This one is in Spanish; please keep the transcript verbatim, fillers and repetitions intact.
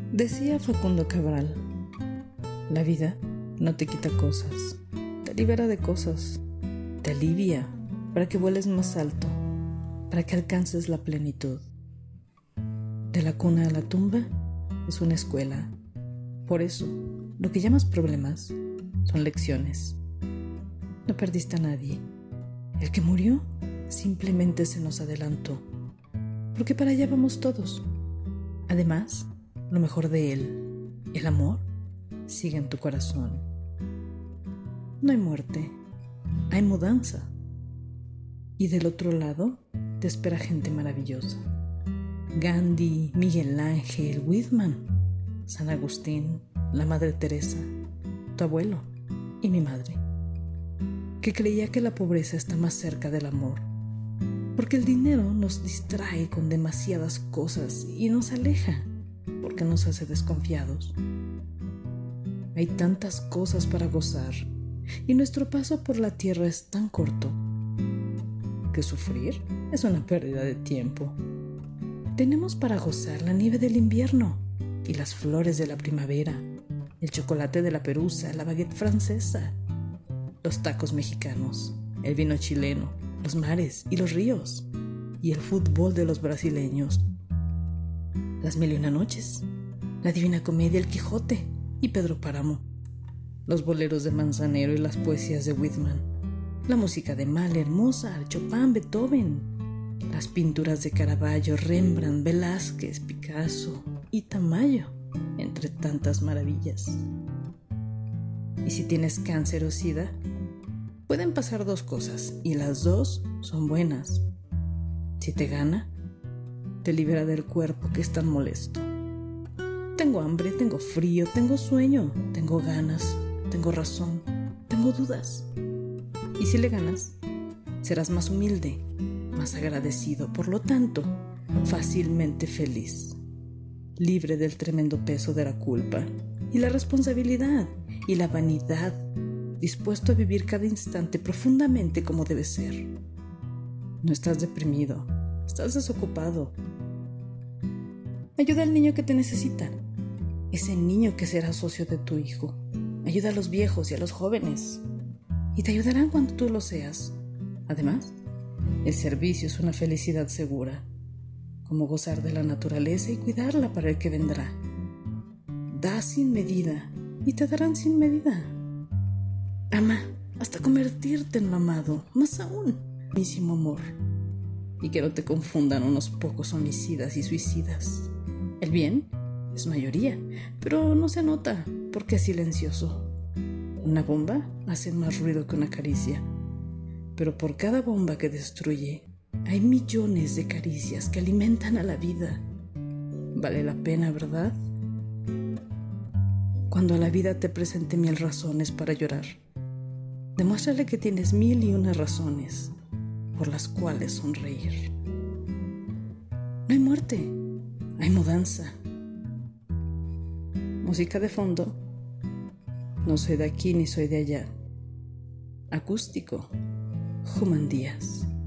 Decía Facundo Cabral, la vida no te quita cosas, te libera de cosas, te alivia para que vueles más alto, para que alcances la plenitud. De la cuna a la tumba es una escuela. Por eso, lo que llamas problemas son lecciones. No perdiste a nadie. El que murió simplemente se nos adelantó, porque para allá vamos todos. Además, lo mejor de él, el amor, sigue en tu corazón. No hay muerte, hay mudanza. Y del otro lado te espera gente maravillosa. Gandhi, Miguel Ángel, Whitman, San Agustín, la Madre Teresa, tu abuelo y mi madre, que creía que la pobreza está más cerca del amor, porque el dinero nos distrae con demasiadas cosas y nos aleja, porque nos hace desconfiados. Hay tantas cosas para gozar y nuestro paso por la tierra es tan corto que sufrir es una pérdida de tiempo. Tenemos para gozar la nieve del invierno y las flores de la primavera, el chocolate de la Perusa, la baguette francesa, los tacos mexicanos, el vino chileno, los mares y los ríos, y el fútbol de los brasileños, las mil y una noches, la Divina Comedia, el Quijote y Pedro Páramo, los boleros de Manzanero y las poesías de Whitman, la música de Mahler, Mozart, Chopin, Beethoven, las pinturas de Caravaggio, Rembrandt, Velázquez, Picasso y Tamayo, entre tantas maravillas. Y si tienes cáncer o sida, pueden pasar dos cosas y las dos son buenas. Si te gana, te libera del cuerpo que es tan molesto. Tengo hambre, tengo frío, tengo sueño, tengo ganas, tengo razón, tengo dudas. Y si le ganas, serás más humilde, más agradecido, por lo tanto, fácilmente feliz, libre del tremendo peso de la culpa y la responsabilidad y la vanidad, dispuesto a vivir cada instante profundamente como debe ser. No estás deprimido, estás desocupado. Ayuda al niño que te necesita, ese niño que será socio de tu hijo. Ayuda a los viejos y a los jóvenes, y te ayudarán cuando tú lo seas. Además, el servicio es una felicidad segura, como gozar de la naturaleza y cuidarla para el que vendrá. Da sin medida y te darán sin medida. Ama hasta convertirte en mamado, más aún, mismísimo amor. Y que no te confundan unos pocos homicidas y suicidas. El bien es mayoría, pero no se nota porque es silencioso. Una bomba hace más ruido que una caricia, pero por cada bomba que destruye, hay millones de caricias que alimentan a la vida. Vale la pena, ¿verdad? Cuando la vida te presente mil razones para llorar, demuéstrale que tienes mil y una razones por las cuales sonreír. No hay muerte, hay mudanza. Música de fondo. No soy de aquí ni soy de allá. Acústico. Juan Díaz.